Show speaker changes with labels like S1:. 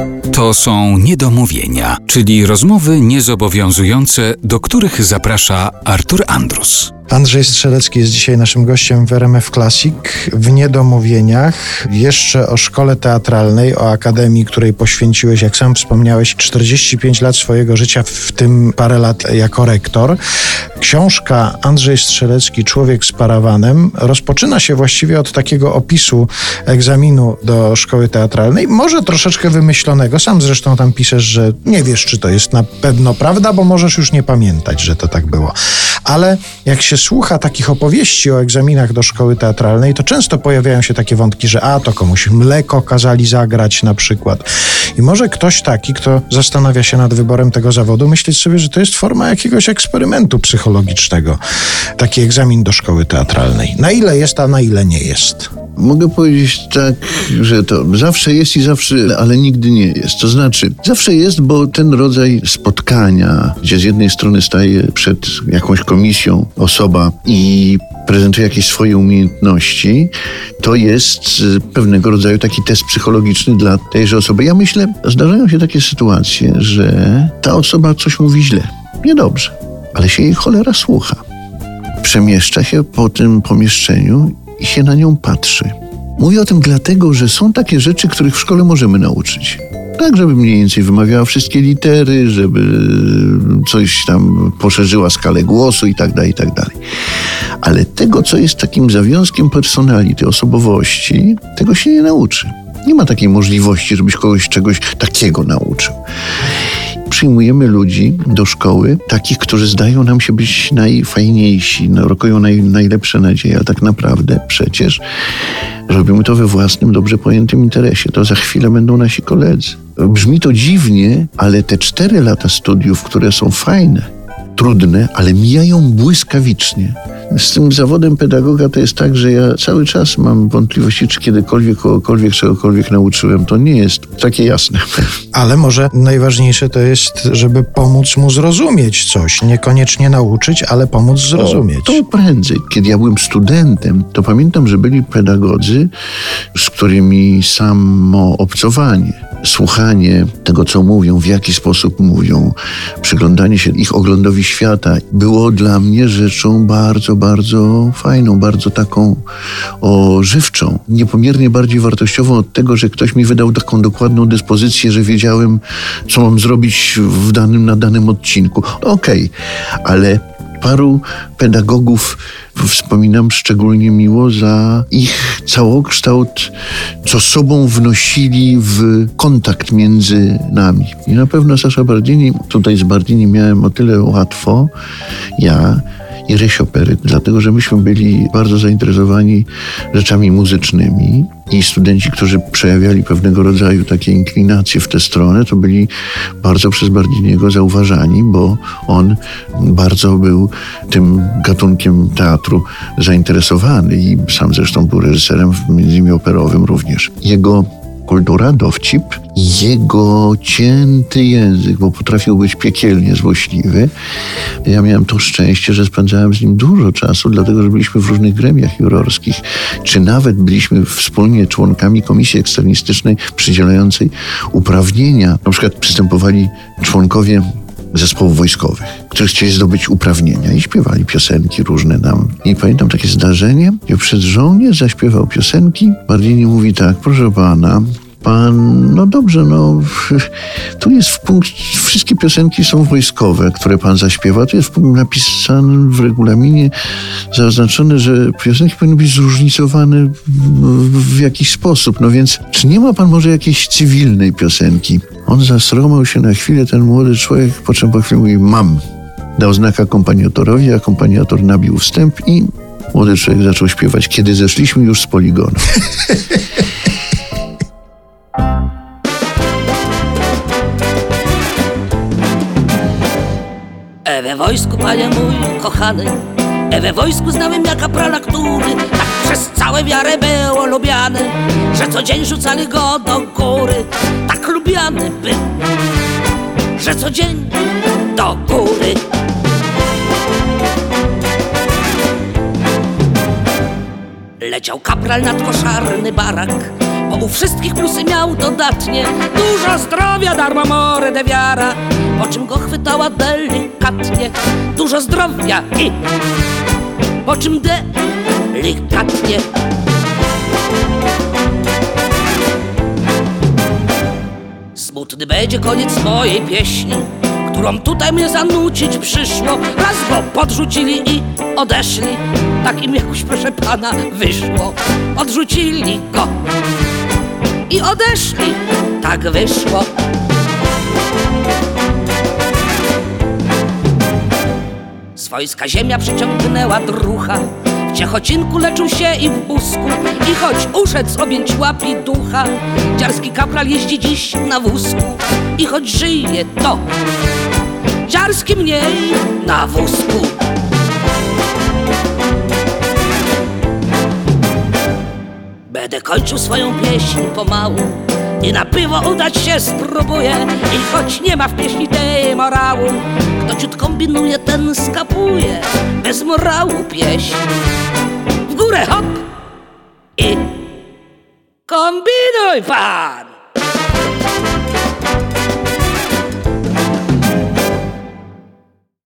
S1: To są niedomówienia, czyli rozmowy niezobowiązujące, do których zaprasza Artur Andrus.
S2: Andrzej Strzelecki jest dzisiaj naszym gościem w RMF Classic. W niedomówieniach jeszcze o szkole teatralnej, o akademii, której poświęciłeś, jak sam wspomniałeś, 45 lat swojego życia, w tym parę lat jako rektor. Książka Andrzej Strzelecki, Człowiek z parawanem, rozpoczyna się właściwie od takiego opisu egzaminu do szkoły teatralnej, może troszeczkę wymyślonego. Sam zresztą tam piszesz, że nie wiesz, czy to jest na pewno prawda, bo możesz już nie pamiętać, że to tak było. Ale jak się słucha takich opowieści o egzaminach do szkoły teatralnej, to często pojawiają się takie wątki, że to komuś mleko kazali zagrać na przykład. I może ktoś taki, kto zastanawia się nad wyborem tego zawodu, myśleć sobie, że to jest forma jakiegoś eksperymentu psychologicznego. Taki egzamin do szkoły teatralnej. Na ile jest, a na ile nie jest?
S3: Mogę powiedzieć tak, że to zawsze jest i zawsze, ale nigdy nie jest. To znaczy, zawsze jest, bo ten rodzaj spotkania, gdzie z jednej strony staje przed jakąś komisją osoba i prezentuje jakieś swoje umiejętności, to jest pewnego rodzaju taki test psychologiczny dla tejże osoby. Ja myślę, zdarzają się takie sytuacje, że ta osoba coś mówi źle, niedobrze, ale się jej cholera słucha. Przemieszcza się po tym pomieszczeniu i się na nią patrzy. Mówię o tym dlatego, że są takie rzeczy, których w szkole możemy nauczyć. Tak, żeby mniej więcej wymawiała wszystkie litery, żeby coś tam poszerzyła skalę głosu i tak dalej, i tak dalej. Ale tego, co jest takim zawiązkiem personality, osobowości, tego się nie nauczy. Nie ma takiej możliwości, żebyś kogoś czegoś takiego nauczył. Przyjmujemy ludzi do szkoły, takich, którzy zdają nam się być najfajniejsi, rokują najlepsze nadzieje, a tak naprawdę przecież robimy to we własnym, dobrze pojętym interesie. To za chwilę będą nasi koledzy. Brzmi to dziwnie, ale te 4 lata studiów, które są fajne, trudne, ale mijają błyskawicznie. Z tym zawodem pedagoga to jest tak, że ja cały czas mam wątpliwości, czy kiedykolwiek kogokolwiek czegokolwiek nauczyłem. To nie jest takie jasne.
S2: Ale może najważniejsze to jest, żeby pomóc mu zrozumieć coś. Niekoniecznie nauczyć, ale pomóc zrozumieć.
S3: To prędzej. Kiedy ja byłem studentem, to pamiętam, że byli pedagodzy, z którymi samo obcowanie, słuchanie tego, co mówią, w jaki sposób mówią, przyglądanie się ich oglądowi świata było dla mnie rzeczą bardzo, bardzo fajną, bardzo taką ożywczą, niepomiernie bardziej wartościową od tego, że ktoś mi wydał taką dokładną dyspozycję, że wiedziałem, co mam zrobić na danym odcinku. Okej, ale paru pedagogów wspominam szczególnie miło za ich całokształt, co sobą wnosili w kontakt między nami. I na pewno Sasza Bardini, tutaj z Bardini miałem o tyle łatwo, ja i Rysio Peryt, dlatego że myśmy byli bardzo zainteresowani rzeczami muzycznymi i studenci, którzy przejawiali pewnego rodzaju takie inklinacje w tę stronę, to byli bardzo przez Bardiniego zauważani, bo on bardzo był tym gatunkiem teatru zainteresowany i sam zresztą był reżyserem, między innymi operowym również. Jego kultura, dowcip, jego cięty język, bo potrafił być piekielnie złośliwy. Ja miałem to szczęście, że spędzałem z nim dużo czasu, dlatego że byliśmy w różnych gremiach jurorskich, czy nawet byliśmy wspólnie członkami komisji eksternistycznej przydzielającej uprawnienia. Na przykład przystępowali członkowie zespołów wojskowych, którzy chcieli zdobyć uprawnienia i śpiewali piosenki różne nam. I pamiętam takie zdarzenie, gdzie przed żołnierz zaśpiewał piosenki. Bardini mówi tak: proszę pana, no dobrze, tu jest w punkt, wszystkie piosenki są wojskowe, które pan zaśpiewa. Tu jest w punkt napisane w regulaminie, zaznaczone, że piosenki powinny być zróżnicowane w jakiś sposób. No więc, czy nie ma pan może jakiejś cywilnej piosenki? On zasromał się na chwilę, ten młody człowiek, po czym po chwili mówi: mam. Dał znak akompaniatorowi, akompaniator nabił wstęp i młody człowiek zaczął śpiewać: kiedy zeszliśmy już z poligonu.
S4: We wojsku, panie mój kochany, we wojsku znałem jak kaprala, który tak przez całe wiarę był lubiany, że co dzień rzucali go do góry. Tak lubiany był, że co dzień do góry. Leciał kapral nad koszarny barak, bo U wszystkich plusy miał dodatnie, dużo zdrowia, darmo more de wiara, po czym go chwytała delikatnie. Dużo zdrowia i po czym delikatnie. Smutny będzie koniec mojej pieśni, którą tutaj mnie zanucić przyszło. Raz go podrzucili i odeszli, tak im jakoś, proszę pana, wyszło. Odrzucili go i odeszli, tak wyszło. Swojska ziemia przyciągnęła drucha, w Ciechocinku leczył się i w Busku, i choć uszedł z objęć łapi ducha, dziarski kapral jeździ dziś na wózku. I choć żyje, to dziarski mniej na wózku. Będę kończył swoją pieśń pomału i na piwo udać się spróbuję. I choć nie ma w pieśni tej morału, kto ciut kombinuje, ten skapuje. Bez morału pieśń, w górę hop i kombinuj pan!